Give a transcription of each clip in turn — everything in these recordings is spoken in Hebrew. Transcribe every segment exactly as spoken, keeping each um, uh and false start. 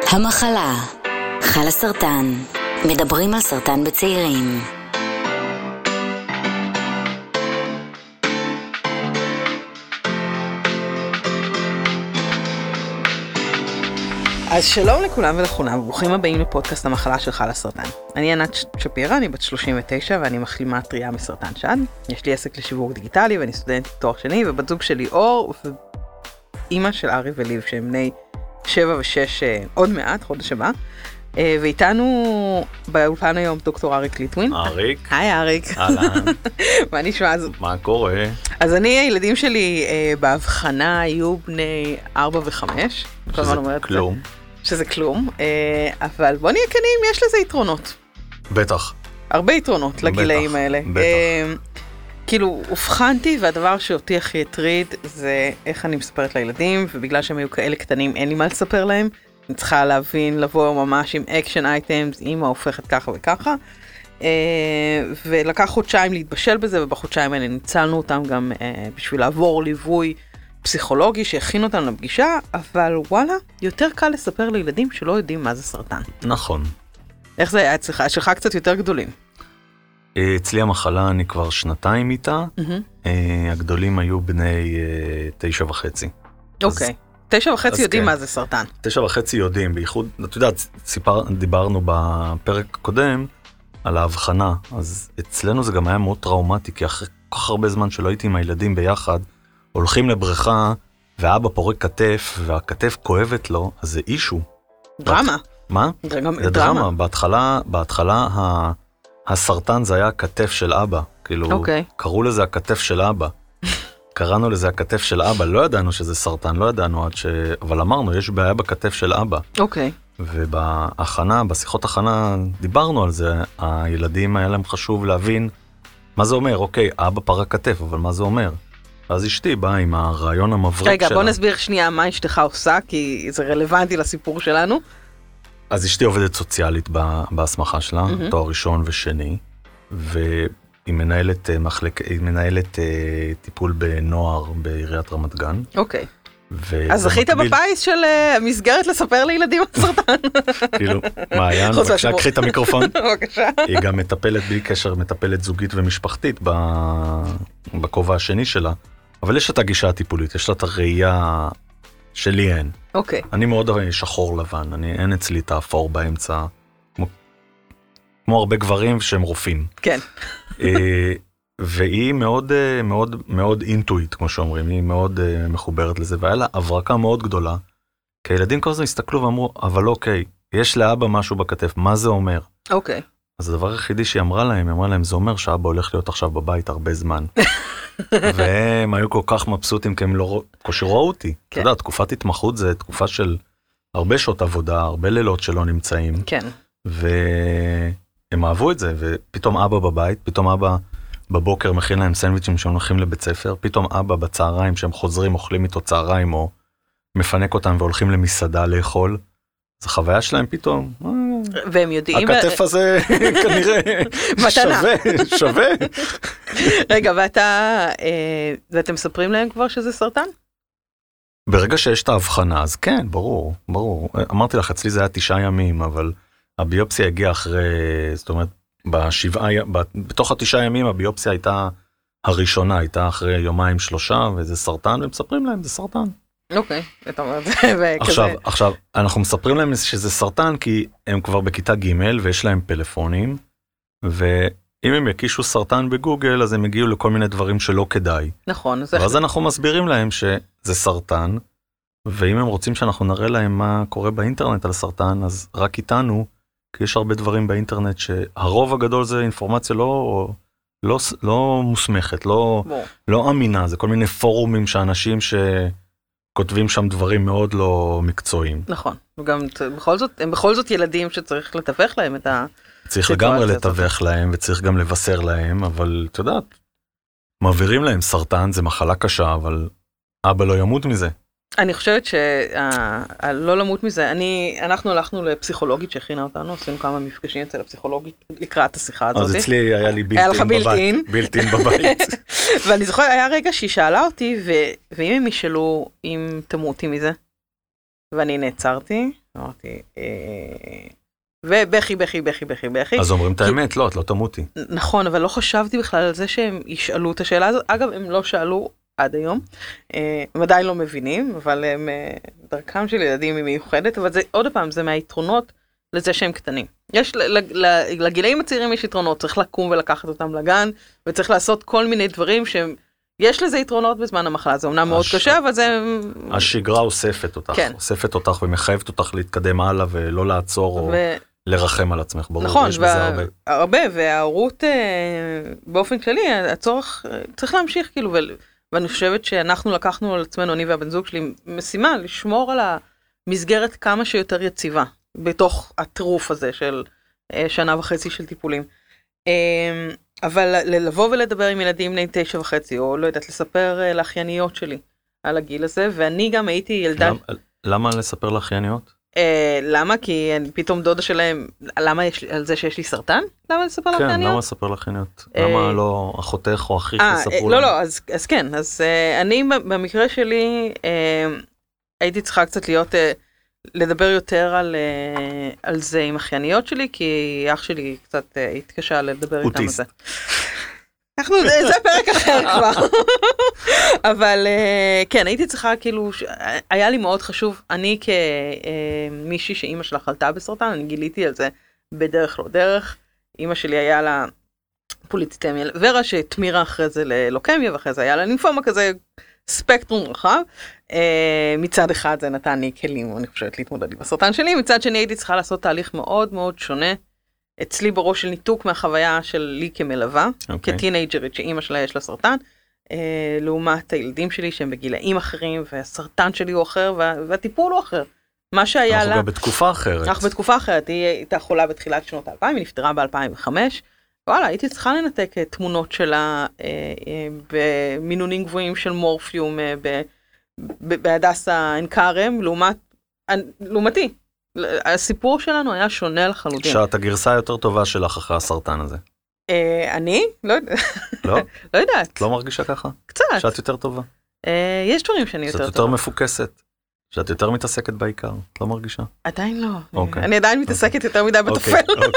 המחלה, חלה סרטן, מדברים על סרטן בצעירים. אז שלום לכולם ולכולם, ברוכים הבאים לפודקאסט המחלה של חלה סרטן. אני ענת שפירא, אני בת שלושים ותשע ואני מחלימה טריה מסרטן שד. יש לי עסק לשיווק דיגיטלי ואני סטודנטית תואר שני, ובת זוג שלי אור ואימא של ארי וליב שהם בני שבע ושש עוד מעט, חודש הבא. ואיתנו באולפן היום דוקטור אריק ליטווין. אריק. היי אריק. אהלן. מה נשמע? מה קורה? אז אני, הילדים שלי בהבחנה היו בני ארבע וחמש. שזה כלום. שזה כלום, אבל בוא נהיה כנים, יש לזה יתרונות. בטח. הרבה יתרונות לגילאים האלה. בטח. כאילו, הובחנתי, והדבר שאותי הכי הטריד זה איך אני מספרת לילדים, ובגלל שהם היו כאלה קטנים, אין לי מה לספר להם. אני צריכה להבין, לבוא ממש עם אקשן אייטמס, אמא הופכת ככה וככה. ולקח חודשיים להתבשל בזה, ובחודשיים האלה ניצלנו אותם גם בשביל לעבור ליווי פסיכולוגי שהכין אותם לפגישה, אבל וואלה, יותר קל לספר לילדים שלא יודעים מה זה סרטן. נכון. איך זה היה אצלך? שלך קצת יותר גדולים. אצלי המחלה אני כבר שנתיים איתה, הגדולים היו בני תשע וחצי. אוקיי. תשע וחצי יודעים מה זה סרטן. תשע וחצי יודעים, בייחוד, אתה יודע, דיברנו בפרק קודם על ההבחנה, אז אצלנו זה גם היה מאוד טראומטי, כי אחרי כל כך הרבה זמן שלא הייתי עם הילדים ביחד, הולכים לבריכה, ואבא פורק כתף, והכתף כואבת לו, אז זה אישו. דרמה. מה? זה גם זה דרמה. בהתחלה, בהתחלה הסרטן זה היה הכתף של אבא. כאילו, קראו לזה הכתף של אבא. קראנו לזה הכתף של אבא. לא ידענו שזה סרטן, לא ידענו עד ש... אבל אמרנו, יש בעיה בכתף של אבא. אוקיי. ובהכנה, בשיחות הכנה, דיברנו על זה. הילדים היה להם חשוב להבין מה זה אומר. אוקיי, אבא פרק כתף, אבל מה זה אומר? אז אשתי באה עם הרעיון המבריק שלה. רגע, בוא נסביר שנייה מה אשתך עושה, כי זה רלוונטי לסיפור שלנו. אז אשתי עובדת סוציאלית בהסמכה שלה, mm-hmm. תואר ראשון ושני, והיא מנהלת, מחלק, היא מנהלת טיפול בנוער בעיריית רמת גן. אוקיי. אז זכית בפיס של מסגרת לספר לילדים על סרטן. כאילו, מעיין, בבקשה, קחי את המיקרופון. בבקשה. היא גם מטפלת בלי קשר, מטפלת זוגית ומשפחתית בכובע השני שלה. אבל יש את הגישה הטיפולית, יש לה את הראייה שלי אין. אוקיי. אני מאוד שחור לבן, אני, אין אצלי את האפור באמצע, כמו, כמו הרבה גברים שהם רופאים. כן. והיא מאוד, מאוד, מאוד אינטואיט, כמו שאומרים, היא מאוד מחוברת לזה, והיה לה הברקה מאוד גדולה, כי הילדים כל הזמן הסתכלו ואמרו, אבל אוקיי, יש לאבא משהו בכתף, מה זה אומר? אוקיי. אז הדבר היחידי שהיא אמרה להם, היא אמרה להם, זה אומר שאבא הולך להיות עכשיו בבית הרבה זמן. והם היו כל כך מבסוטים, כי הם לא ראו אותי. אתה יודע, תקופת התמחות זה תקופה של הרבה שעות עבודה, הרבה לילות שלא נמצאים. כן. והם אהבו את זה, ופתאום אבא בבית, פתאום אבא בבוקר מכין להם סנדוויצ'ים שהם הולכים לבית ספר, פתאום אבא בצהריים שהם חוזרים, אוכלים איתו צהריים, או מפנק אותם והולכים למסעדה לאכול. אז החוויה שלהם פתאום, והם יודעים... הכתף הזה כנראה שווה, שווה. רגע, ואתה, ואתם מספרים להם כבר שזה סרטן? ברגע שיש את ההבחנה, אז כן, ברור, ברור. אמרתי לך, אצלי זה היה תשעה ימים, אבל הביופסיה הגיעה אחרי, זאת אומרת, בשבעה, בתוך התשעה ימים הביופסיה הייתה הראשונה, הייתה אחרי יומיים שלושה, וזה סרטן, ומספרים להם, זה סרטן. אוקיי, אתה אומר את זה, וכזה... עכשיו, עכשיו, אנחנו מספרים להם שזה סרטן, כי הם כבר בכיתה ג' ויש להם פלאפונים, ואם הם יקישו סרטן בגוגל, אז הם הגיעו לכל מיני דברים שלא כדאי. נכון. ואז אנחנו מסבירים להם שזה סרטן, ואם הם רוצים שאנחנו נראה להם מה קורה באינטרנט על סרטן, אז רק איתנו, כי יש הרבה דברים באינטרנט שהרוב הגדול זה אינפורמציה לא, לא, לא מוסמכת, לא, לא אמינה, זה כל מיני פורומים שאנשים ש... כותבים שם דברים מאוד לא מקצועיים. נכון, וגם בכל זאת, הם בכל זאת ילדים שצריך לתווך להם את ה... צריך לגמרי לתווך להם, וצריך גם לבשר להם, אבל אתה יודעת, מעבירים להם סרטן, זה מחלה קשה, אבל אבא לא ימות מזה. אני חושבת שלא למות מזה, אני, אנחנו הלכנו לפסיכולוגית שהכינה אותנו, עשינו כמה מפגשים אצל הפסיכולוגית לקראת השיחה הזאת. אז אצלי היה לי בילטין בבית. בילטין בבית. ואני זוכר, היה רגע שהיא שאלה אותי, ואם הם ישאלו אם תמותי מזה, ואני נעצרתי, אמרתי, ובכי, בכי, בכי, בכי, בכי. אז אומרים את האמת, לא, את לא תמותי. נכון, אבל לא חשבתי בכלל על זה שהם ישאלו את השאלה הזאת. אגב, הם לא שאלו עד היום. הם עדיין לא מבינים, אבל הם, דרכם של ילדים היא מיוחדת, אבל זה, עוד פעם, זה מהיתרונות לזה שהם קטנים. יש, לגילאים הצעירים יש יתרונות, צריך לקום ולקחת אותם לגן, וצריך לעשות כל מיני דברים שהם, יש לזה יתרונות בזמן המחלה, זה אומנם מאוד קשה, אבל זה... השגרה אוספת אותך, אוספת אותך ומחייבת אותך להתקדם הלאה ולא לעצור או לרחם על עצמך, ברור, נכון, יש בזה הרבה. הרבה, וההורות באופן כללי, הצורך צריך להמשיך כאילו, ואני חושבת שאנחנו לקחנו על עצמנו, אני והבן זוג שלי, משימה לשמור על המסגרת כמה שיותר יציבה, בתוך הטירוף הזה של שנה וחצי של טיפולים. אבל לבוא ולדבר עם ילדים בני תשע וחצי, או לא יודעת, לספר לאחייניות שלי על הגיל הזה, ואני גם הייתי ילדה... למה לספר לאחייניות? למה? כי פתאום דודה שלהם, למה יש לי, על זה שיש לי סרטן? למה לספר לאחייניות? כן, למה לספר לאחייניות? למה לא אחותך או אחיך לספרו להם? לא, לא, אז כן, אז אני במקרה שלי, הייתי צריכה קצת להיות... לדבר יותר על, על זה עם אחייניות שלי, כי אח שלי קצת התקשה לדבר איתם על זה. אנחנו, זה פרק אחר כבר. אבל כן, הייתי צריכה כאילו, היה לי מאוד חשוב, אני כמישהי שאימא שלה חלתה בסרטן, אני גיליתי על זה בדרך לא דרך. אימא שלי היה לה פוליציטמיה ורה, שתמירה אחרי זה ללוקמיה, ואחרי זה היה לה לימפומה כזה, ספקטרום רחב. מצד אחד זה נתן לי כלים, אני חושבת, להתמודד עם הסרטן שלי, מצד שני הייתי צריכה לעשות תהליך מאוד מאוד שונה, אצלי בראש של ניתוק מהחוויה שלי כמלווה, כטינאג'רית שאימא שלה יש לה סרטן, לעומת הילדים שלי שהם בגילאים אחרים, והסרטן שלי הוא אחר, והטיפול הוא אחר. מה שהיה לה... אנחנו גם בתקופה אחרת. אנחנו בתקופה אחרת, היא הייתה חולה בתחילת שנות האלפיים, היא נפטרה ב-אלפיים וחמש, וואלה, הייתי צריכה לנתק תמונות שלה במינונים גבוהים של מורפיום בהדסה עין כרם, לעומתי. הסיפור שלנו היה שונה לחלוטין. שאת הגרסה היותר טובה שלך אחרי הסרטן הזה. אני? לא יודעת. לא? לא יודעת. את לא מרגישה ככה? קצת. שאת יותר טובה? יש דברים שאני יותר טובה. שאת יותר מפוקסת. שאת יותר מתעסקת בעיקר, את לא מרגישה? עדיין לא. אני עדיין מתעסקת יותר מדי בטפל.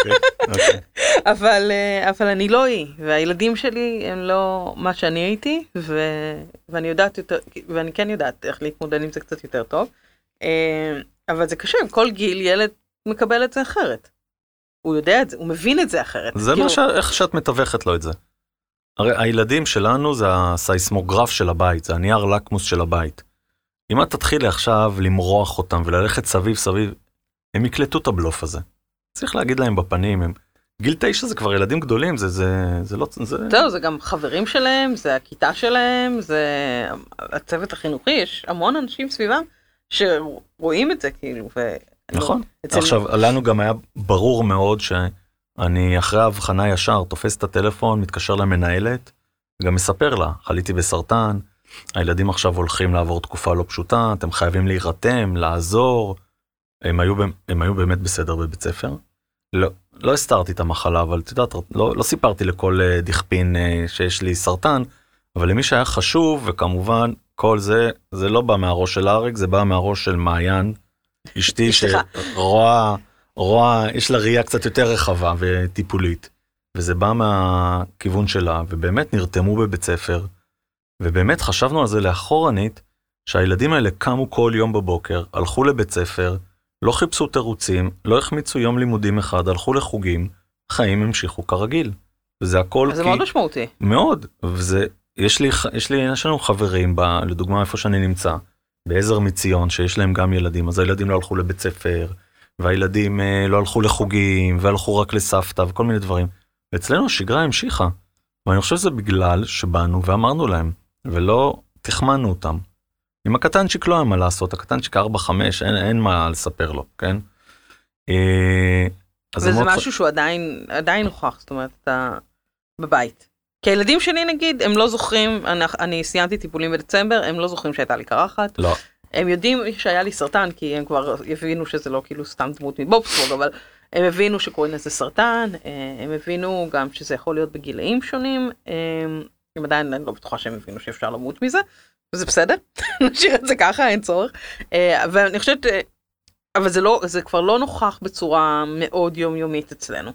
אבל אני לא היא, והילדים שלי הם לא מה שאני הייתי, ואני יודעת יותר, ואני כן יודעת איך להתמודד עם זה קצת יותר טוב. אבל זה קשה, כל גיל ילד מקבל את זה אחרת. הוא יודע את זה, הוא מבין את זה אחרת. זה איך שאת מתווכת לו את זה. הרי הילדים שלנו זה הסייסמוגרף של הבית, זה הנייר לקמוס של הבית. אם את תתחילי עכשיו למרוח אותם וללכת סביב סביב, הם יקלטו את הבלוף הזה. צריך להגיד להם בפנים, הם... גיל תשע זה כבר ילדים גדולים, זה, זה, זה לא... זה... זהו, זה גם חברים שלהם, זה הכיתה שלהם, זה הצוות החינוכי, יש המון אנשים סביבם שרואים את זה כאילו. ו... נכון. אצל... עכשיו, לנו גם היה ברור מאוד שאני אחרי ההבחנה ישר תופס את הטלפון, מתקשר למנהלת, וגם מספר לה, חליתי בסרטן, הילדים עכשיו הולכים לעבור תקופה לא פשוטה, אתם חייבים להירתם, לעזור. הם היו, הם היו באמת בסדר בבית ספר. לא, לא הסתרתי את המחלה, אבל את יודעת, לא, לא סיפרתי לכל דכפין שיש לי סרטן, אבל למי שהיה חשוב, וכמובן, כל זה, זה לא בא מהראש של אריק, זה בא מהראש של מעיין, אשתי שרואה, רואה, יש לה ראייה קצת יותר רחבה וטיפולית, וזה בא מהכיוון שלה, ובאמת נרתמו בבית ספר, ובאמת חשבנו על זה לאחורנית, שהילדים האלה קמו כל יום בבוקר, הלכו לבית ספר, לא חיפשו תירוצים, לא החמיצו יום לימודים אחד, הלכו לחוגים, חיים המשיכו כרגיל. וזה הכל כי... זה מאוד משמעותי. מאוד. וזה, יש לי, יש לי, יש לנו חברים, ב, לדוגמה איפה שאני נמצא, בעזר מציון, שיש להם גם ילדים, אז הילדים לא הלכו לבית ספר, והילדים אה, לא הלכו לחוגים, והלכו רק לסבתא, וכל מיני דברים. ואצלנו השגרה המשיכה. ואני חושב שזה בגלל שבאנו ואמרנו להם, ולא תחמנו אותם. עם הקטנצ'יק לא היה מה לעשות, הקטנצ'יק ארבע חמש, אין, אין מה לספר לו, כן? וזה משהו שהוא עדיין, עדיין הוכח, זאת אומרת, אתה בבית. כי הילדים שלי נגיד, הם לא זוכרים, אני, אני סיימתי טיפולים בדצמבר, הם לא זוכרים שהייתה לי קרחת. לא. הם יודעים שהיה לי סרטן, כי הם כבר הבינו שזה לא כאילו סתם דמות מבובספורד, אבל הם הבינו שקוראים לזה סרטן, הם הבינו גם שזה יכול להיות בגילאים שונים, הם עדיין לא בטוחה שהם הבינו שאפשר למות מזה, זה בסדר, נשאיר את זה ככה, אין צורך. ואני חושבת, אבל זה לא, זה כבר לא נוכח בצורה מאוד יומיומית אצלנו.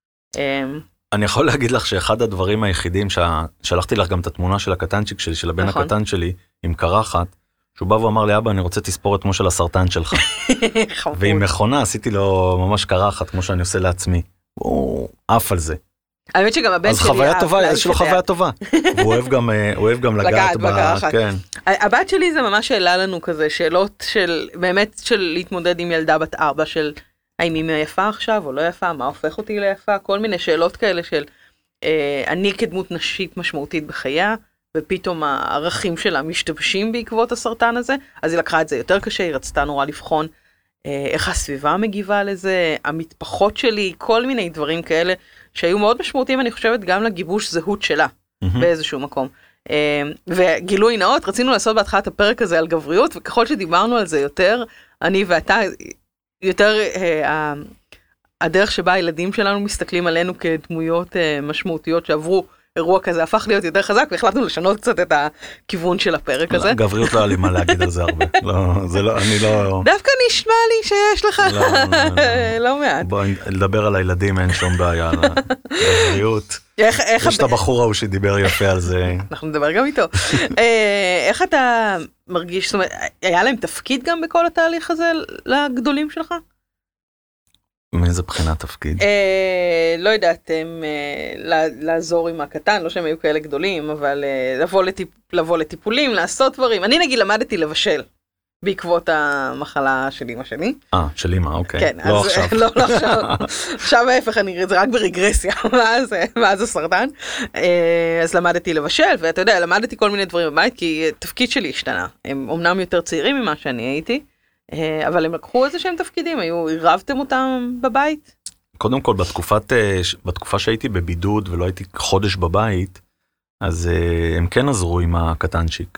אני יכול להגיד לך שאחד הדברים היחידים, שלחתי לך גם את התמונה של הקטנצ'יק שלי, של הבן הקטן שלי, עם קרחת, שהוא בא ואמר לי, אבא, אני רוצה תספורת כמו של הסרטן שלך. ועם מכונה עשיתי לו ממש קרחת, כמו שאני עושה לעצמי. הוא עף על זה. האמת שגם הבן אז שלי... אז חוויה טובה, יש לו חוויה טובה. הוא אוהב גם, הוא אוהב גם לגעת בקרחת. כן. הבת שלי זה ממש שאלה לנו כזה, שאלות של, באמת של להתמודד עם ילדה בת ארבע, של האם היא יפה עכשיו או לא יפה, מה הופך אותי ליפה, כל מיני שאלות כאלה של, אה, אני כדמות נשית משמעותית בחייה, ופתאום הערכים שלה משתבשים בעקבות הסרטן הזה, אז היא לקחה את זה יותר קשה, היא רצתה נורא לבחון אה, איך הסביבה מגיבה לזה, המטפחות שלי, כל מיני דברים כאלה, שהיו מאוד משמעותיים, אני חושבת, גם לגיבוש זהות שלה, mm-hmm. באיזשהו מקום. אה, וגילוי נאות, רצינו לעשות בהתחלת הפרק הזה על גבריות, וככל שדיברנו על זה יותר, אני ואתה, יותר אה, הדרך שבה הילדים שלנו מסתכלים עלינו כדמויות אה, משמעותיות שעברו אירוע כזה, הפך להיות יותר חזק, והחלטנו לשנות קצת את הכיוון של הפרק הזה. גבריות לא היה לי מה להגיד על זה הרבה. לא, זה לא, אני לא... דווקא נשמע לי שיש לך לא מעט. בואי נדבר על הילדים, אין שום בעיה על הגבריות. יש את הבחור ההוא שדיבר יפה על זה. אנחנו נדבר גם איתו. איך אתה מרגיש, זאת אומרת, היה להם תפקיד גם בכל התהליך הזה לגדולים שלך? מאיזה בחינת תפקיד? לא יודעתם לעזור עם הקטן, לא שהם היו כאלה גדולים, אבל לבוא לטיפולים, לעשות דברים. אני נגיד למדתי לבשל בעקבות המחלה של אמא שלי. אה, של אמא, אוקיי. כן, לא עכשיו. לא, לא עכשיו. עכשיו ההפך, אני אראה את זה רק ברגרסיה, מאז הסרטן. אז למדתי לבשל, ואתה יודע, למדתי כל מיני דברים בבית, כי תפקיד שלי השתנה. הם אומנם יותר צעירים ממה שאני הייתי, אבל הם לקחו איזה שהם תפקידים, היו, הרבתם אותם בבית? קודם כל, בתקופת, בתקופה שהייתי בבידוד ולא הייתי חודש בבית, אז הם כן עזרו עם הקטנצ'יק.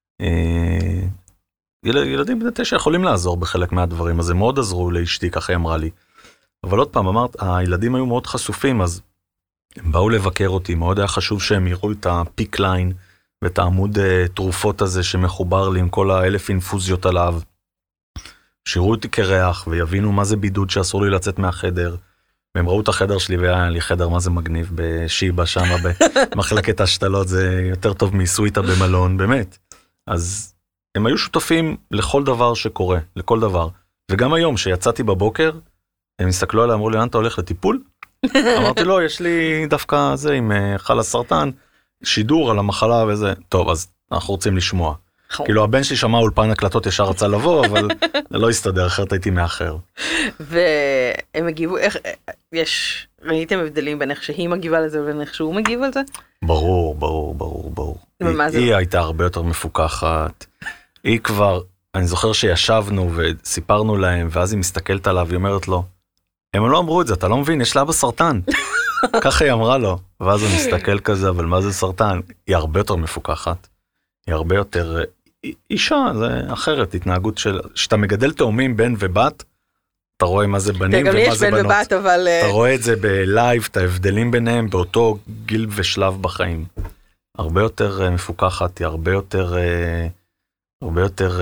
ילדים בני תשע יכולים לעזור בחלק מהדברים, אז הם מאוד עזרו לאשתי, ככה היא אמרה לי. אבל עוד פעם, אמרת, הילדים היו מאוד חשופים, אז הם באו לבקר אותי, מאוד היה חשוב שהם יראו את הפיק ליין, ואת העמוד תרופות הזה שמחובר לי עם כל האלף אינפוזיות עליו. שיראו אותי כריח ויבינו מה זה בידוד שאסור לי לצאת מהחדר. והם ראו את החדר שלי והיה לי חדר מה זה מגניב בשיבה שם במחלקת השתלות, זה יותר טוב מסוויטה במלון, באמת. אז הם היו שותפים לכל דבר שקורה, לכל דבר. וגם היום שיצאתי בבוקר, הם הסתכלו עליי, אמרו לי, לאן אתה הולך לטיפול? אמרתי לו, יש לי דווקא זה עם חלה סרטן, שידור על המחלה וזה. טוב, אז אנחנו רוצים לשמוע. כאילו הבן שלי שמע אולפן הקלטות ישר רצה לבוא, אבל זה לא הסתדר, אחרת הייתי מאחר. והם הגיבו, איך, יש, ראיתם הבדלים בין איך שהיא מגיבה לזה ובין איך שהוא מגיב על זה? ברור, ברור, ברור, ברור. היא הייתה הרבה יותר מפוקחת. היא כבר, אני זוכר שישבנו וסיפרנו להם, ואז היא מסתכלת עליו, והיא אומרת לו, הם לא אמרו את זה, אתה לא מבין, יש לה בסרטן. ככה היא אמרה לו, ואז הוא מסתכל כזה, אבל מה זה סרטן? היא הרבה יותר מפוקחת. היא הרבה יותר אישה, זה אחרת, התנהגות של, שאתה מגדל תאומים בן ובת, אתה רואה מה זה בנים ומה זה בנות. ובת, אבל... אתה רואה את זה בלייב, את ההבדלים ביניהם, באותו גיל ושלב בחיים. הרבה יותר מפוקחת, היא הרבה יותר, הרבה יותר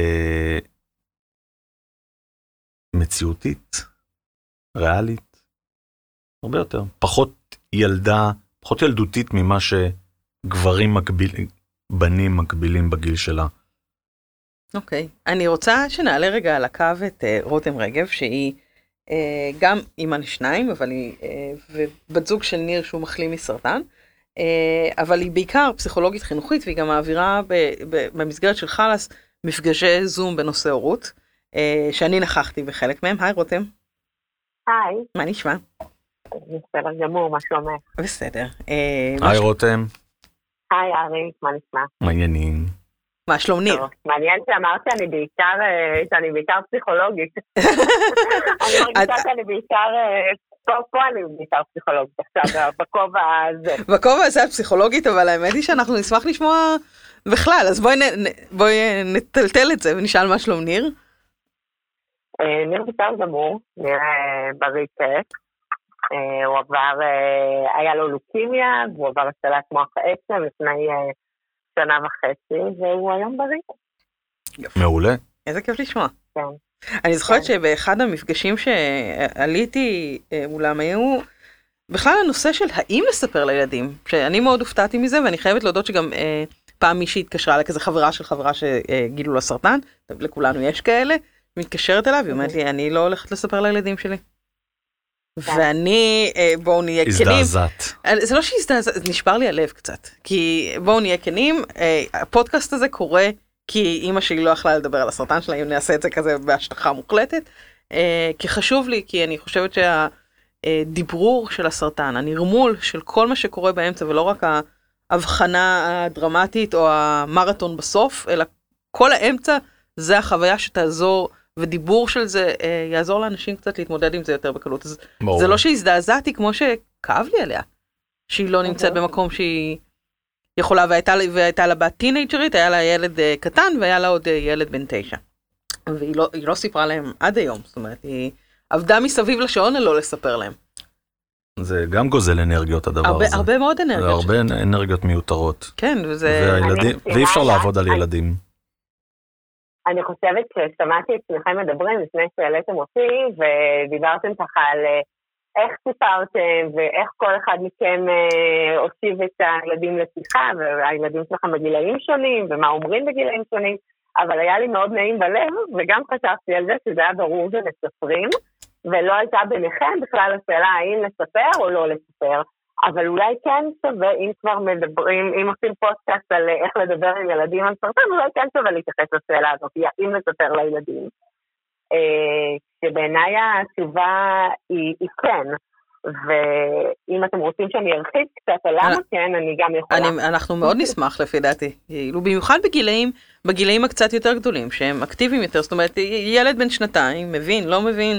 מציאותית, ריאלית, הרבה יותר. פחות ילדה, פחות ילדותית ממה שגברים מקבילים, בנים מקבילים בגיל שלה. אוקיי, okay. אני רוצה שנעלה רגע על הקו את uh, רותם רגב, שהיא uh, גם אימא לשניים, אבל היא, uh, ובת זוג של ניר שהוא מחלים מסרטן, uh, אבל היא בעיקר פסיכולוגית חינוכית, והיא גם מעבירה ב, ב, במסגרת של חלס מפגשי זום בנושא הורות, uh, שאני נכחתי בחלק מהם. היי רותם. היי. מה נשמע? בסדר גמור, מה שלומך? בסדר. היי רותם. היי ארי, מה נשמע? מעניינים. מה שלום ניר? מעניין שאמרת שאני בעיקר, שאני בעיקר פסיכולוגית. אני מרגישה שאני בעיקר, פה אני בעיקר פסיכולוגית, עכשיו בכובע הזה. בכובע הזה הפסיכולוגית, אבל האמת היא שאנחנו נשמח לשמוע בכלל, אז בואי נטלטל את זה ונשאל מה שלום ניר. ניר בסדר גמור, ניר בריטק. הוא עבר, היה לו לוקימיה, והוא עבר השתלת מוח העצם לפני שנה וחצי, והוא היום בריא. מעולה. איזה כיף לשמוע. כן. אני זוכרת שבאחד המפגשים שעליתי מולם היו בכלל הנושא של האם לספר לילדים, שאני מאוד הופתעתי מזה, ואני חייבת להודות שגם אה, פעם מישהי התקשרה לכזה חברה של חברה שגילו לה סרטן, לכולנו יש כאלה, מתקשרת אליו, היא אומרת לי, אני לא הולכת לספר לילדים שלי. ואני, אה, בואו נהיה כנים. הזדעזעת. זה לא שהזדעזעת, זה נשבר לי הלב קצת, כי בואו נהיה כנים, אה, הפודקאסט הזה קורה, כי אמא שלי לא יכלה לדבר על הסרטן שלה, אם נעשה את זה כזה בהשטחה מוחלטת, אה, כי חשוב לי, כי אני חושבת שהדיברור של הסרטן, הנרמול של כל מה שקורה באמצע, ולא רק ההבחנה הדרמטית או המרתון בסוף, אלא כל האמצע זה החוויה שתעזור, ודיבור של זה אה, יעזור לאנשים קצת להתמודד עם זה יותר בקלות. אז זה לא שהזדעזעתי כמו שכאב לי עליה, שהיא לא נמצאת במקום שהיא יכולה, והייתה, והייתה לה בת טינג'רית, היה לה ילד uh, קטן, והיה לה עוד uh, ילד בן תשע. והיא לא, לא סיפרה להם עד היום, זאת אומרת, היא עבדה מסביב לשעון לא לספר להם. זה גם גוזל אנרגיות הדבר הרבה, הזה. הרבה מאוד אנרגיות. הרבה אנרגיות מיותרות. כן, וזה... והילדים, ואי אפשר לעבוד על ילדים. אני חושבת ששמעתי את שניכם מדברים לפני שהעליתם אותי, ודיברתם ככה על איך סיפרתם, ואיך כל אחד מכם אה, הושיב את הילדים לשיחה, והילדים שלכם בגילאים שונים, ומה אומרים בגילאים שונים, אבל היה לי מאוד נעים בלב, וגם חשבתי על זה שזה היה ברור שמספרים, ולא הייתה ביניכם בכלל השאלה האם לספר או לא לספר, אבל אולי כן שווה, אם כבר מדברים, אם עושים פודקאסט על איך לדבר עם ילדים על סרטן, אולי כן שווה להתייחס לשאלה הזאת, אם לספר לילדים. שבעיניי התשובה היא, היא כן, ואם אתם רוצים שאני ארחיב קצת על למה כן, אני גם יכולה. אני, אנחנו מאוד נשמח לפי דעתי, במיוחד בגילאים, בגילאים הקצת יותר גדולים, שהם אקטיביים יותר, זאת אומרת, ילד בן שנתיים, מבין, לא מבין.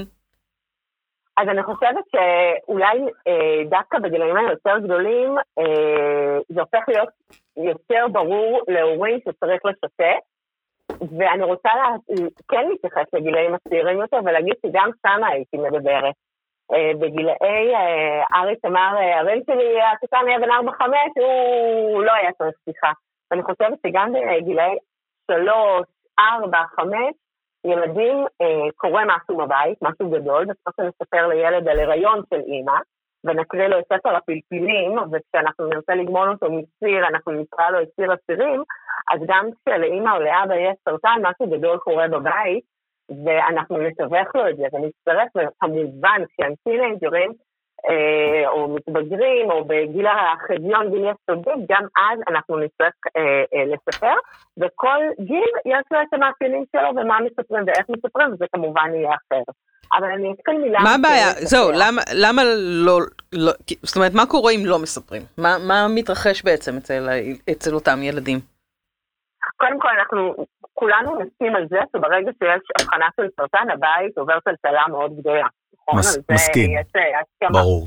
אז אני חושבת שאולי אה, דווקא בגילאים היותר גדולים, אה, זה הופך להיות יותר ברור להורים שצריך לשתף, ואני רוצה לה, כן להתייחס לגילאים הצעירים יותר, ולהגיד שגם שמה הייתי מדברת. אה, בגילאי, אה, אריס אמר, הבן שלי, הקטן היה בן ארבע חמש, הוא לא היה צריך שיחה. ואני חושבת שגם בגילאי שלוש, ארבע, חמש, ילדים אה, קורא משהו בבית, משהו גדול, וצריך לספר לילד על הריון של אימא, ונקריא לו את ספר הפלפילים, וכשאנחנו נרצה לגמול אותו מסיר, אנחנו נקרא לו את סיר הסירים, אז גם כשלאימא או לאבא יש סרטן, משהו גדול קורה בבית, ואנחנו נתווך לו את זה, ונצטרך, וכמובן, כשהם טינג'רים, אה, או מתבגרים, או בגיל החדיון, גיל יסודי, גם אז אנחנו נצטרך אה, אה, לספר, וכל גיל יש לו את המאפיינים שלו, ומה מספרים ואיך מספרים, וזה כמובן יהיה אחר. אבל אני אתחיל מילה... מה הבעיה? זהו, למה, למה לא, לא... זאת אומרת, מה קורה אם לא מספרים? מה, מה מתרחש בעצם אצל, אצל אותם ילדים? קודם כל, אנחנו כולנו נסכים על זה, שברגע שיש הבחנה של סרטן, הבית עובר טלטלה מאוד גדולה. מס, מסכים, יש, יש ברור.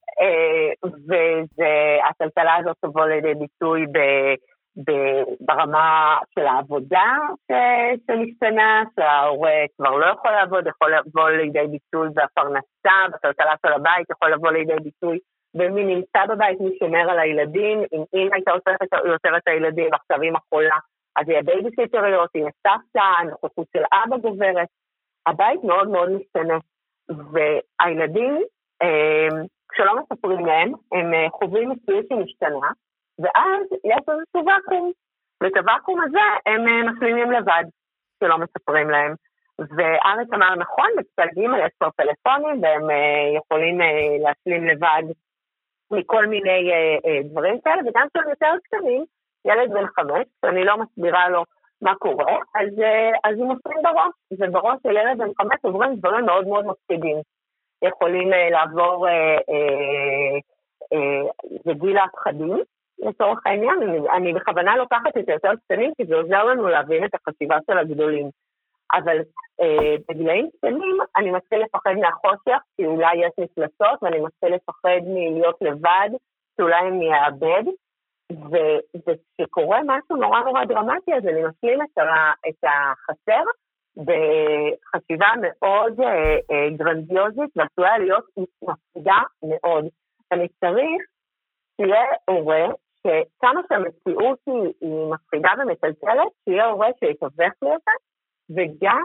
והטלטלה הזאת תבוא לידי ביטוי ב... ברמה של העבודה שמשתנה, שההורה כבר לא יכול לעבוד, יכול לבוא לידי ביטוי בפרנסה, בטלטלה של הבית, יכול לבוא לידי ביטוי במי נמצא בבית, מי שומר על הילדים, אם אמא הייתה יותר את הילדים, ועכשיו אמא חולה, אז יהיה בייביסיטריות, יהיה סבתא, הנוכחות של אבא גוברת, הבית מאוד מאוד משתנה, והילדים, כשלא מספרים להם, הם חווים מציאות שמשתנה, ואז יש איזשהו ואקום, ואת הוואקום הזה הם משלימים לבד, שלא מספרים להם. וארץ אמר נכון, בכיתה ג' יש כבר טלפונים, והם יכולים להשלים לבד מכל מיני דברים כאלה, וגם שהם יותר קטנים, ילד בן חמש, שאני לא מסבירה לו מה קורה, אז, אז הוא מפרים בראש, ובראש של ילד בן חמש עוברים דברים מאוד מאוד מפחידים. יכולים לעבור בגיל הפחדים, לצורך העניין, אני, אני בכוונה לוקחת את יותר קטנים, כי זה עוזר לנו להבין את החשיבה של הגדולים. אבל אה, בגילאים קטנים, אני מתחיל לפחד מהחושך, כי אולי יש מפלצות, ואני מתחיל לפחד מלהיות לבד, שאולי אני אאבד, וכשקורה משהו נורא נורא דרמטי, אז אני משלים את, את החסר, בחשיבה מאוד אה, אה, גרנדיוזית, ועשויה להיות מפחידה מאוד. אני צריך שיהיה הורה שכמה שהמציאות היא, היא מפחידה ומטלטלת, שיהיה הורה שיתווך לי אותה, וגם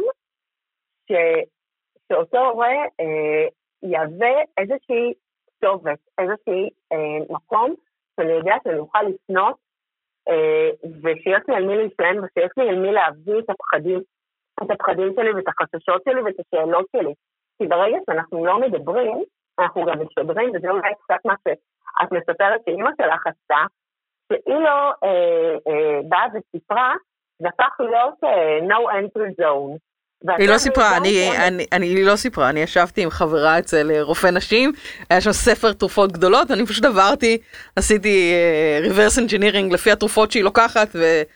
ש, שאותו הורה אה, יהווה איזושהי כתובת, איזושהי אה, מקום, שאני יודע שאני אוכל לפנות, אה, ושיש לי על מי להישען, ושיש לי על מי להביא את הפחדים, את הפחדים שלי ואת החששות שלי ואת השאלות שלי. כי ברגע שאנחנו לא מדברים, אנחנו גם משדרים, וזה אולי קצת מה שאת מספרת שאמא שלך עשתה, שהיא לא אה, אה, באה וסיפרה, זה הפך להיות אה, no entry zone. היא לא סיפרה, אני, אני, אני לא סיפרה, אני ישבתי עם חברה אצל רופא נשים, היה שם ספר תרופות גדולות, אני פשוט עברתי, עשיתי uh, reverse engineering לפי התרופות שהיא לוקחת,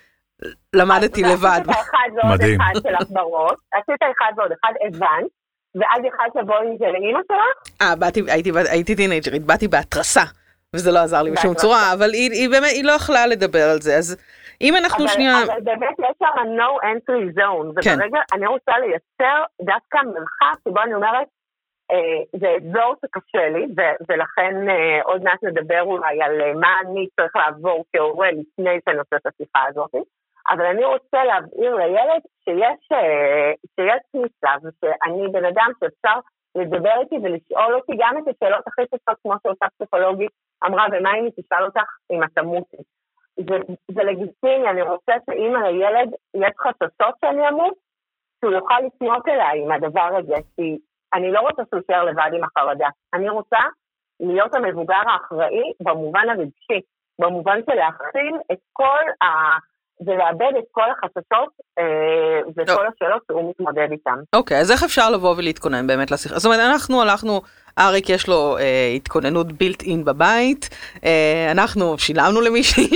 ולמדתי לבד. עשית אחד ועוד אחד שלך בראש, עשית אחד ועוד אחד, הבנת, ואז אחד שבוא עם זה לאמא שלך? אה, באתי, הייתי, הייתי טינג'רית, באתי בהתרסה, וזה לא עזר לי בשום צורה, אבל היא, היא באמת, היא לא יכלה לדבר על זה, אז אם אנחנו אבל, שנייה... אבל באמת יש שם no entry zone, כן. וברגע אני רוצה לייצר דווקא מרחב שבו אני אומרת, אה, זה אזור שקשה לי, ו- ולכן אה, עוד מעט נדבר אולי על אה, מה אני צריך לעבור כהורה לפני שאני עושה את השיחה הזאת, אבל אני רוצה להבהיר לילד שיש, אה, שיש כניסה, ושאני בן אדם שאפשר לדבר איתי ולשאול אותי גם את השאלות הכי קשות, כמו שאותה פסיכולוגית אמרה, ומה אם היא תשאל אותך אם אתה מותי. זה, זה לגיטימי, אני רוצה שאם על הילד יש חששות שאני אמות, שהוא יוכל לפנות אליי עם הדבר הזה, כי אני לא רוצה שהוא יישאר לבד עם החרדה. אני רוצה להיות המבוגר האחראי במובן הרגשי, במובן של להכיל את כל ה... ולאבד את כל החששות אה, וכל השאלות שהוא מתמודד איתם. אוקיי, אז איך אפשר לבוא ולהתכונן באמת לשיחה? זאת אומרת, אנחנו הלכנו, אריק יש לו אה, התכוננות בילט אין בבית, אה, אנחנו שילמנו למישהי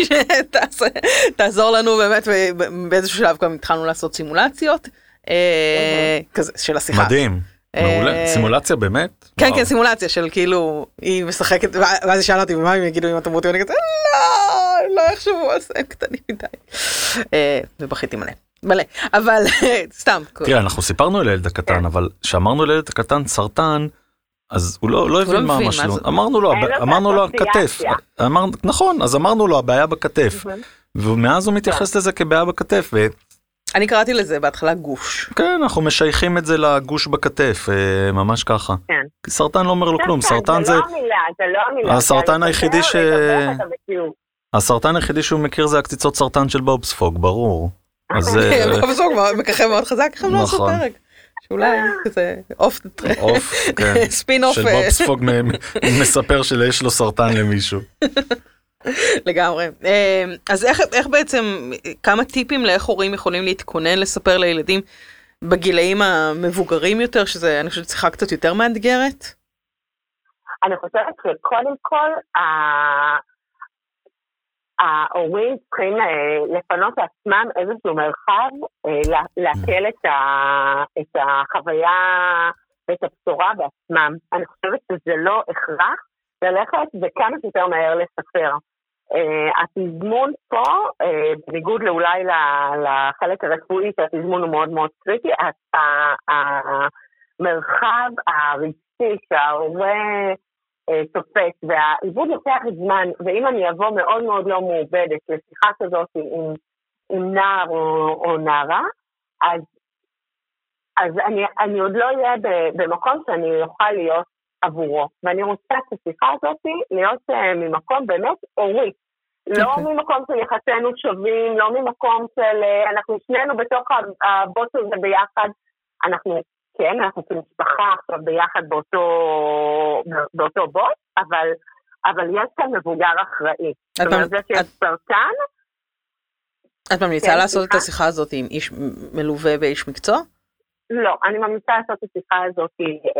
שתעזור לנו באמת, ובאיזשהו שלב גם התחלנו לעשות סימולציות, אה, כזה, של השיחה. מדהים. מעולה, סימולציה באמת? כן, כן, סימולציה של כאילו, היא משחקת, ואז היא שאלה אותי, ומה הם יגידו אם אתם רוצים, ואני כזה, לא, לא יחשבו על זה, הם קטנים מדי. ובכיתי מלא, מלא, אבל סתם. תראה, אנחנו סיפרנו לילד הקטן, אבל שאמרנו לילד הקטן סרטן, אז הוא לא הבין מה משהו, אמרנו לו, אמרנו לו הכתף, נכון, אז אמרנו לו הבעיה בכתף, ומאז הוא מתייחס לזה כבעיה בכתף, אני קראתי לזה בהתחלה גוש. כן, אנחנו משייכים את זה לגוש בכתף, ממש ככה. כן. סרטן לא אומר לו כלום, סרטן זה... זה לא המילה, זה לא המילה. הסרטן היחידי ש... הסרטן היחידי שהוא מכיר זה הקציצות סרטן של בובספוג, ברור. אז... בובספוג מככב מאוד חזק, איך הם לא עשו פרק. שאולי זה אוף, אוף, כן. ספין אוף. של בובספוג מספר שיש לו סרטן למישהו. לגמרי. אז איך, איך בעצם, כמה טיפים לאיך הורים יכולים להתכונן לספר לילדים בגילאים המבוגרים יותר, שזה, אני חושבת, שיחה קצת יותר מאתגרת? אני חושבת שקודם כל, ההורים צריכים לפנות לעצמם איזשהו מרחב, להקל את החוויה ואת הבשורה בעצמם. אני חושבת שזה לא הכרח ללכת וכמה שיותר מהר לספר. התזמון פה, בניגוד לאולי לחלק הרפואי, שהתזמון הוא מאוד מאוד קריטי, המרחב הרגשי שההורה תופס, והעיבוד לוקח זמן, ואם אני אבוא מאוד מאוד לא מעובדת לשיחה כזאת עם, עם נער או, או נערה, אז, אז אני, אני עוד לא אהיה במקום שאני אוכל להיות עבורו, ואני רוצה את השיחה הזאת להיות uh, ממקום באמת אורי, לא okay. ממקום של יחסנו שווים, לא ממקום של uh, אנחנו שנינו בתוך הבוס הזה ביחד, אנחנו כן, אנחנו כמשפחה עכשיו ביחד באותו, באותו בוס, אבל, אבל יש כאן מבוגר אחראי. זאת אומרת, זה שיש סרטן. את ממליצה לעשות את השיחה הזאת עם איש מלווה באיש מקצוע? לא, אני ממליצה לעשות את השיחה הזאת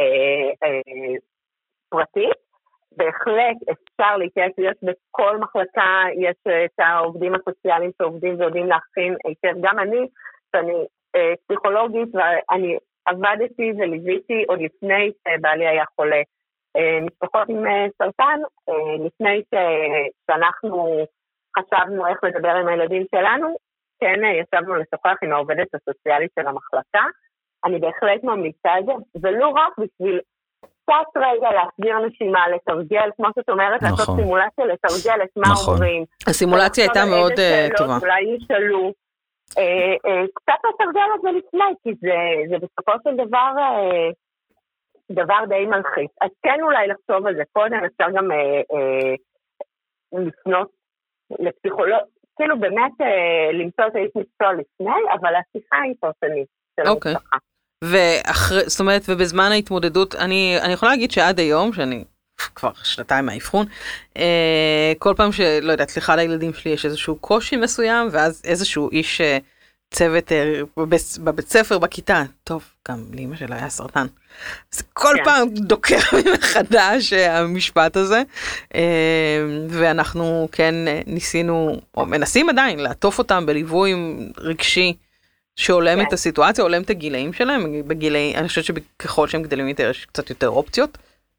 פרטית. בהחלט אפשר להתייעץ, יש בכל מחלקה, יש את העובדים הסוציאליים שעובדים ויודעים להכין היטב. גם אני, שאני פסיכולוגית, ואני עבדתי וליוויתי עוד לפני שבעלי היה חולה. משפחות עם סרטן, לפני שאנחנו חשבנו איך לדבר עם הילדים שלנו, כן ישבנו לשוחח עם העובדת הסוציאלית של המחלקה. אני בהחלט ממליצה את זה, ולא רק בשביל קצת רגע להסביר נשימה, לתרגל, כמו שאת אומרת, נכון. לעשות סימולציה, לתרגל את מה נכון. אומרים. הסימולציה הייתה מאוד uh, טובה. אולי ישאלו. אה, אה, קצת לתרגל את זה לפני, כי זה, זה בסופו של דבר, אה, דבר די מלחיץ. אז כן אולי לחשוב על זה קודם, אפשר גם אה, אה, לפנות לפסיכולוג, כאילו באמת אה, למצוא את האיש מקצוע לפני, אבל השיחה היא פרטנית. אוקיי. ואחרי, זאת אומרת, ובזמן ההתמודדות, אני, אני יכולה להגיד שעד היום, שאני כבר שנתיים מהאבחון, אה, כל פעם שלא יודעת, סליחה לילדים שלי, יש איזשהו קושי מסוים, ואז איזשהו איש אה, צוות אה, בבית, בבית ספר, בכיתה, טוב, גם לאמא שלה היה סרטן. זה כל כן. פעם דוקר מחדש המשפט הזה, אה, ואנחנו כן ניסינו, או מנסים עדיין, לעטוף אותם בליווי רגשי, שעולם כן. את הסיטואציה, עולם את הגילאים שלהם, בגילאים, אני חושבת שככל שהם גדלים יותר, יש קצת יותר אופציות.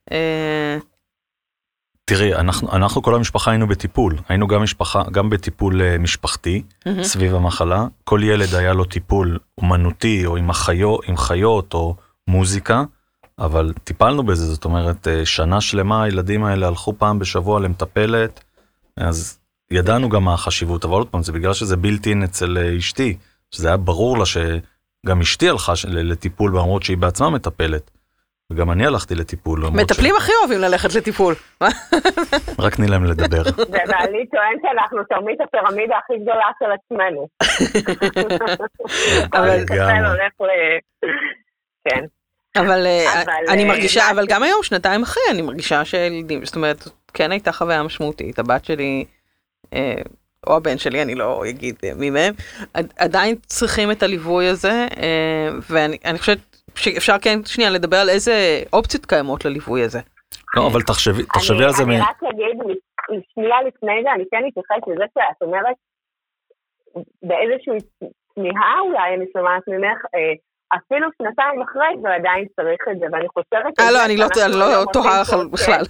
תראי, אנחנו, אנחנו כל המשפחה היינו בטיפול, היינו גם משפחה, גם בטיפול משפחתי, mm-hmm. סביב המחלה, כל ילד היה לו טיפול אומנותי, או עם החיות, עם חיות, או מוזיקה, אבל טיפלנו בזה, זאת אומרת, שנה שלמה הילדים האלה הלכו פעם בשבוע למטפלת, אז ידענו גם מה החשיבות, אבל עוד פעם, זה בגלל שזה בלתי-אין אצל אשתי, שזה היה ברור לה שגם אשתי הלכה לטיפול, למרות שהיא בעצמה מטפלת. וגם אני הלכתי לטיפול. מטפלים הכי אוהבים ללכת לטיפול. רק תני להם לדבר. ובעלי טוען שאנחנו תרמית הפירמידה הכי גדולה של עצמנו. אבל גם. כן. אבל אני מרגישה, אבל גם היום, שנתיים אחרי, אני מרגישה שילדים, זאת אומרת, כן הייתה חוויה משמעותית. הבת שלי, או הבן שלי, אני לא אגיד מי מהם, עדיין צריכים את הליווי הזה, ואני חושבת שאפשר כן שנייה לדבר על איזה אופציות קיימות לליווי הזה. לא, אבל תחשבי, תחשבי על זה. אני רק אגיד, שנייה לפני זה, אני כן אתייחס לזה שאת אומרת, באיזושהי תמיהה אולי, אני שומעת ממך, אפילו שנתיים אחרי זה עדיין צריך את זה, ואני חושבת... אה, לא, אני לא תוהה בכלל.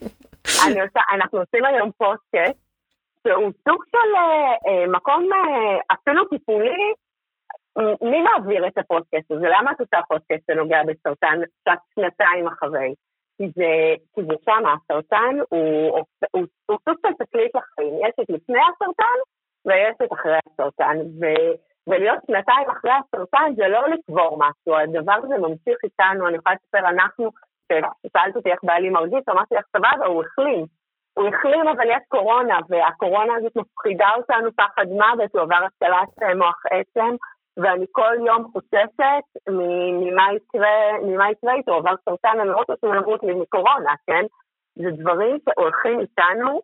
אנחנו עושים היום פודקאסט, שהוא סוג של מקום אפילו טיפולי, מי מעביר את הפודקאסט הזה? למה את עושה פודקאסט שנוגע בסרטן קצת שנתיים אחרי? כי זה, כי זה שם, הסרטן הוא, הוא, הוא סוג של תקליט לחיים. יש את לפני הסרטן ויש את אחרי הסרטן. ו, ולהיות שנתיים אחרי הסרטן זה לא לקבור משהו. הדבר הזה ממשיך איתנו. אני יכולה לספר, אנחנו, ששאלת אותי איך בעלי מרגיש, אמרתי לך סבבה, הוא החלים. הוא החלים, אבל יש קורונה, והקורונה הזאת מפחידה אותנו פחד מוות, הוא עבר הצלת מוח עצם, ואני כל יום חוששת ממה יקרה, ממה יקרה איתו, עבר סרטן, אני לא רוצה שהוא למות מקורונה, כן? זה דברים שהולכים איתנו,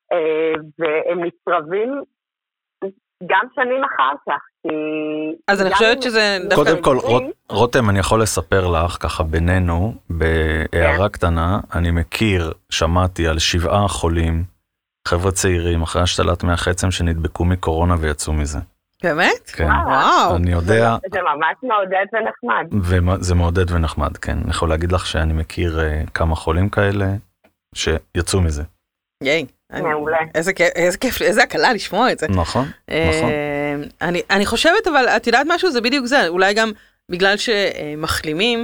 והם נצרבים גם שנים אחר כך, כי... אז אני חושבת שזה... קודם כל, רותם, אני יכול לספר לך, ככה בינינו, בהערה קטנה, אני מכיר, שמעתי על שבעה חולים, חבר'ה צעירים, אחרי השתלת מח עצם שנדבקו מקורונה ויצאו מזה. באמת? כן. וואו. אני יודע... זה ממש מעודד ונחמד. זה מעודד ונחמד, כן. אני יכול להגיד לך שאני מכיר כמה חולים כאלה שיצאו מזה. ייי. מעולה. איזה כיף, איזה הקלה לשמוע את זה. נכון, נכון. אני חושבת, אבל את יודעת משהו, זה בדיוק זה. אולי גם בגלל שמחלימים,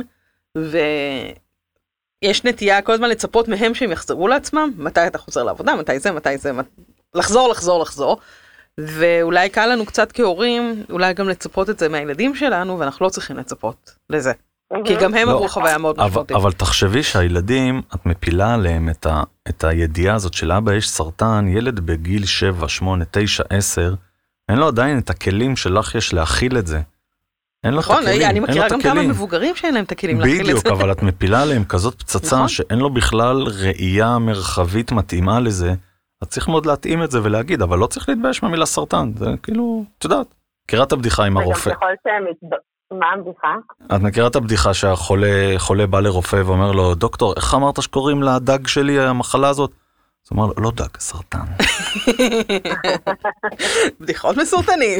ויש נטייה כל הזמן לצפות מהם שהם יחזרו לעצמם, מתי אתה חוזר לעבודה, מתי זה, מתי זה, לחזור, לחזור, לחזור. ואולי קל לנו קצת כהורים, אולי גם לצפות את זה מהילדים שלנו, ואנחנו לא צריכים לצפות לזה. כי גם הם עברו חוויה מאוד משמעותית. אבל תחשבי שהילדים, את מפילה עליהם את הידיעה הזאת של אבא יש סרטן, ילד בגיל שבע, שמונה, תשע, עשר, אין לו עדיין את הכלים שלך יש להכיל את זה. אין לו את הכלים. נכון, אני מכירה גם כמה מבוגרים שאין להם את הכלים להכיל את זה. בדיוק, אבל את מפילה עליהם כזאת פצצה שאין לו בכלל ראייה מרחבית מתאימה לזה. את צריך מאוד להתאים את זה ולהגיד, אבל לא צריך להתבייש מהמילה סרטן. זה כאילו, את יודעת, מכירה את הבדיחה עם הרופא. מה הבדיחה? את מכירה את הבדיחה שהחולה בא לרופא ואומר לו, דוקטור, איך אמרת שקוראים לדג שלי המחלה הזאת? אז הוא אומר לו, לא דג, סרטן. בדיחות מסורטנים.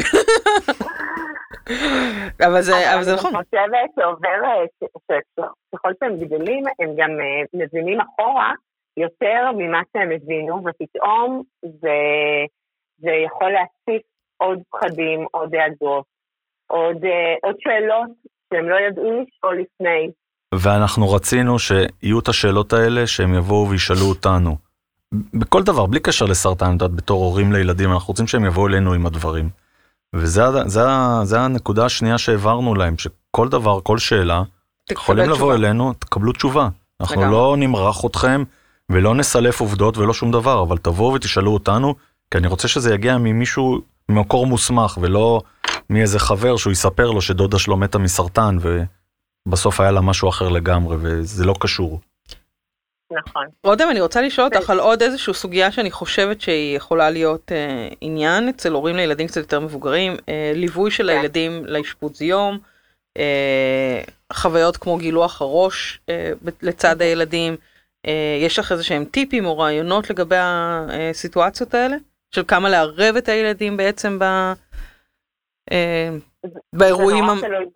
אבל זה נכון. אני חושבת שעוברת, שככל שהם גדלים, הם גם מבינים אחורה יותר ממה שהם הבינו, ופתאום זה יכול להציף עוד פחדים, עוד דאגות. עוד, עוד שאלות שהם לא ידעו לשאול לפני, ואנחנו רצינו שיהיו את השאלות האלה, שהם יבואו וישאלו אותנו. בכל דבר, בלי קשר לסרטן, בתור הורים לילדים, אנחנו רוצים שהם יבואו אלינו עם הדברים. וזה זה, זה הנקודה השנייה שהעברנו להם, שכל דבר, כל שאלה, יכולים לבוא אלינו, תקבלו תשובה. אנחנו לגמרי. לא נמרח אתכם, ולא נסלף עובדות ולא שום דבר, אבל תבואו ותשאלו אותנו, כי אני רוצה שזה יגיע ממישהו, ממקור מוסמך, ולא מאיזה חבר שהוא יספר לו שדודה שלו מתה מסרטן, ובסוף היה לה משהו אחר לגמרי, וזה לא קשור. נכון. רותם, אני רוצה לשאול אותך על עוד איזושהי סוגיה שאני חושבת שהיא יכולה להיות אה, עניין אצל הורים לילדים קצת יותר מבוגרים, אה, ליווי של הילדים לאשפוז יום, אה, חוויות כמו גילוח הראש אה, לצד הילדים, אה, יש לך איזה שהם טיפים או רעיונות לגבי הסיטואציות האלה? של כמה לערב את הילדים בעצם ב... אה, באירועים... זה נורא תלוי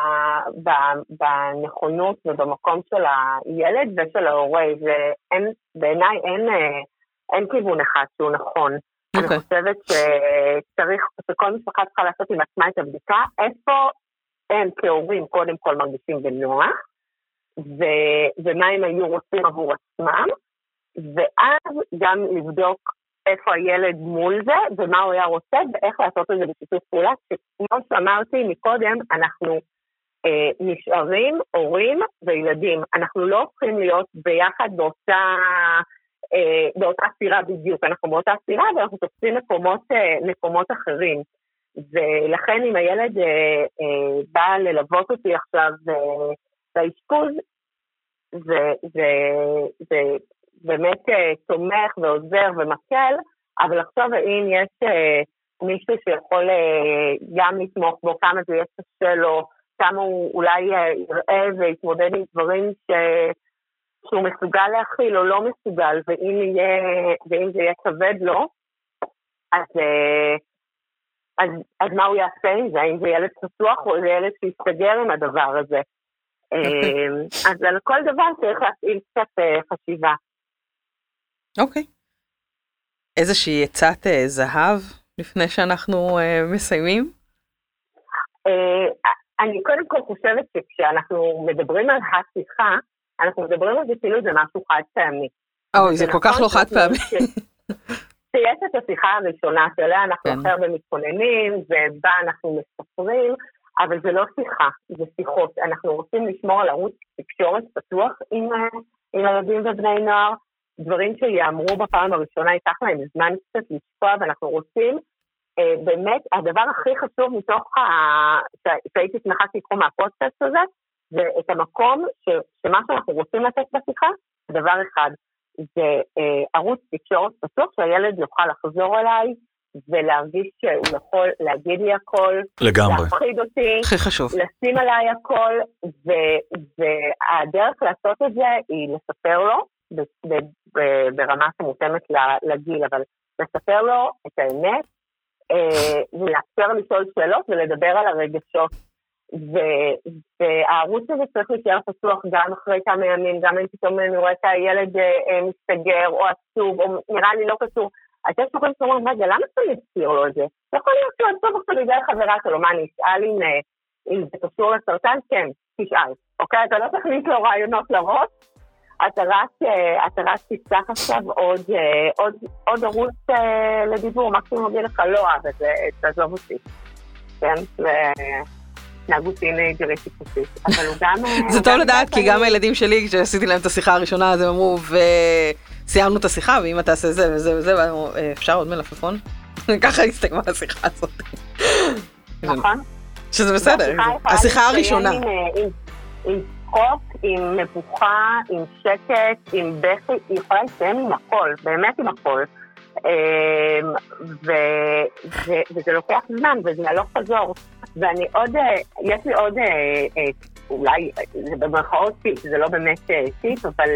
בנכונות ובמקום של הילד ושל ההורה, ובעיניי אין כיוון אחד שהוא נכון. אני חושבת שצריך, שכל משפחה צריכה לעשות עם עצמה את הבדיקה, איפה הם כהורים קודם כל מרגישים בנוח, ומה הם היו רוצים עבור עצמם, ואז גם לבדוק איפה הילד מול זה, ומה הוא היה רוצה, ואיך לעשות את זה בשיתוף פעולה, כמו שאמרתי מקודם, אנחנו אה, נשארים הורים וילדים, אנחנו לא הופכים להיות ביחד באותה, אה, באותה סירה בדיוק, אנחנו באותה סירה, ואנחנו תופסים מקומות, אה, מקומות אחרים, ולכן אם הילד אה, אה, בא ללוות אותי עכשיו אה, באשפוז, זה, זה, זה באמת אה, תומך ועוזר ומקל, אבל עכשיו האם יש אה, מישהו שיכול אה, גם לתמוך בו, כמה זה יהיה קשה לו, כמה הוא אולי אה, יראה ויתמודד עם דברים ש... שהוא מסוגל להכיל או לא מסוגל, ואם, יהיה, ואם זה יהיה כבד לו, אז, אה, אז, אז מה הוא יעשה עם זה? האם זה ילד פתוח או זה ילד שיסתגר עם הדבר הזה? אה, אז על כל דבר צריך להפעיל קצת אה, חשיבה. אוקיי. איזושהי עצת uh, זהב לפני שאנחנו uh, מסיימים? Uh, אני קודם כל חושבת שכשאנחנו מדברים על השיחה, אנחנו מדברים על זה כאילו זה משהו חד פעמי. אוי, זה כל כך לא חד פעמי. שיש את השיחה הראשונה שלה, אנחנו אחר במתכוננים, ובה אנחנו מספרים, אבל זה לא שיחה, זה שיחות. אנחנו רוצים לשמור על ערוץ תקשורת פתוח עם, עם ילדים ובני נוער, דברים שיאמרו בפעם הראשונה, ייקח להם זמן קצת לשקוע, ואנחנו רוצים, אה, באמת, הדבר הכי חשוב מתוך, ה... שהייתי שמחה שיקחו מהפודקאסט הזה, זה את המקום ש... שמה שאנחנו רוצים לתת בשיחה, דבר אחד, זה אה, ערוץ תקשורת פתוח, שהילד יוכל לחזור אליי, ולהרגיש שהוא יכול להגיד לי הכל, לגמרי. להפחיד אותי, הכי חשוב. לשים עליי הכל, ו... והדרך לעשות את זה היא לספר לו, ברמה שמותאמת לגיל, אבל לספר לו את האמת, ולאפשר לשאול שאלות ולדבר על הרגשות, והערוץ הזה צריך להישאר פתוח גם אחרי כמה ימים, גם אם פתאום אני רואה את הילד מסתגר או עצוב, או נראה לי לא קשור, אז יש לכם שאומרים, רגע, למה אתה מסתיר לו את זה? יכול להיות שהוא עצוב עכשיו לידי חברה שלו, מה, אני אשאל אם זה קשור לסרטן? כן, תשאל, אוקיי? אתה לא תכניס לו רעיונות לראש, אתה רק, אתה רק תפתח עכשיו עוד, עוד, עוד ערוץ לדיבור, מקסימום אגיד לך לא, אבל זה תעזוב אותי. כן, ונהגות טינג'רית טיפוסית. אבל הוא גם... זה טוב לדעת, כי גם הילדים שלי, כשעשיתי להם את השיחה הראשונה, אז הם אמרו, וסיימנו את השיחה, ואם אתה עושה זה וזה וזה, ואמרו, אפשר עוד מלפפון? ככה הסתגמה השיחה הזאת. נכון. שזה בסדר, השיחה הראשונה. עם חוק, עם מבוכה, עם שקט, עם בכי, היא יכולה לסיים עם הכל, באמת עם הכל. וזה לוקח זמן, וזה לא חזור. ואני עוד, יש לי עוד, אולי, זה במרכאות טיפ, זה לא באמת טיפ, אבל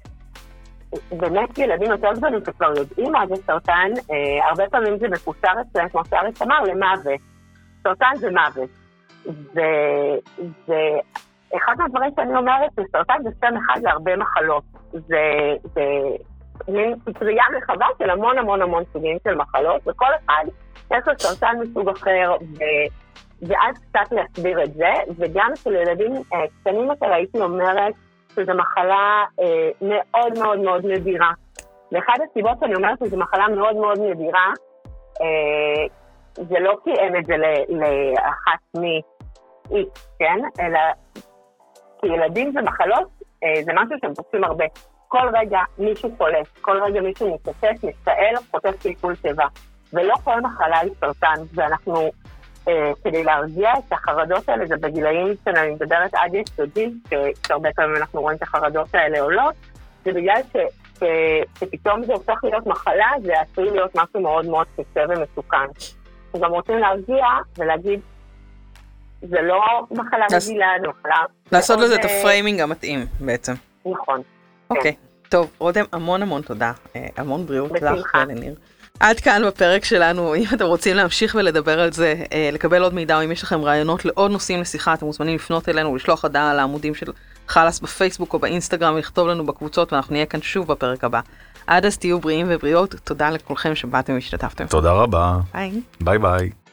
באמת ילדים יותר גדולים שכבר יודעים מה זה סרטן, הרבה פעמים זה מקושר אצלם, כמו שארץ אמר, למוות. סרטן זה מוות. וזה... אחד מהדברים שאני אומרת, שסרטן זה שם אחד להרבה מחלות. זה, זה מין פטריה רחבה של המון המון המון סוגים של מחלות, וכל אחד יש לו סרטן מסוג אחר, ואז קצת להסביר את זה, וגם של ילדים אה, קטנים יותר הייתי אומרת שזו מחלה אה, מאוד מאוד מאוד נדירה. ואחד הסיבות שאני אומרת שזו מחלה מאוד מאוד נדירה, אה, זה לא כי אין את זה לאחת מ-X, כן? אלא כי ילדים ומחלות אה, זה משהו שהם תופסים הרבה. כל רגע מישהו חולה, כל רגע מישהו מתעסק, מסתעל, חוטף טיפול טבע. ולא כל מחלה היא סרטן, ואנחנו, אה, כדי להרגיע את החרדות האלה, זה בגילאים שאני מדברת עד יסודי, שהרבה פעמים אנחנו רואים את החרדות האלה עולות, זה בגלל ש, ש, שפתאום זה הופך להיות מחלה, זה עשוי להיות משהו מאוד מאוד קשה ומסוכן. אנחנו גם רוצים להרגיע ולהגיד, זה לא מחלה רגילה, זה מחלה... לעשות לזה את הפריימינג המתאים בעצם. נכון. אוקיי, טוב, רותם, המון המון תודה, המון בריאות לך ולניר. עד כאן בפרק שלנו, אם אתם רוצים להמשיך ולדבר על זה, לקבל עוד מידע, או אם יש לכם רעיונות לעוד נושאים לשיחה, אתם מוזמנים לפנות אלינו, לשלוח הודעה על העמודים של חלאס בפייסבוק או באינסטגרם, ולכתוב לנו בקבוצות, ואנחנו נהיה כאן שוב בפרק הבא. עד אז תהיו בריאים ובריאות, תודה לכולכם שבאתם והשתתפתם. תודה רבה. ביי. ביי ביי.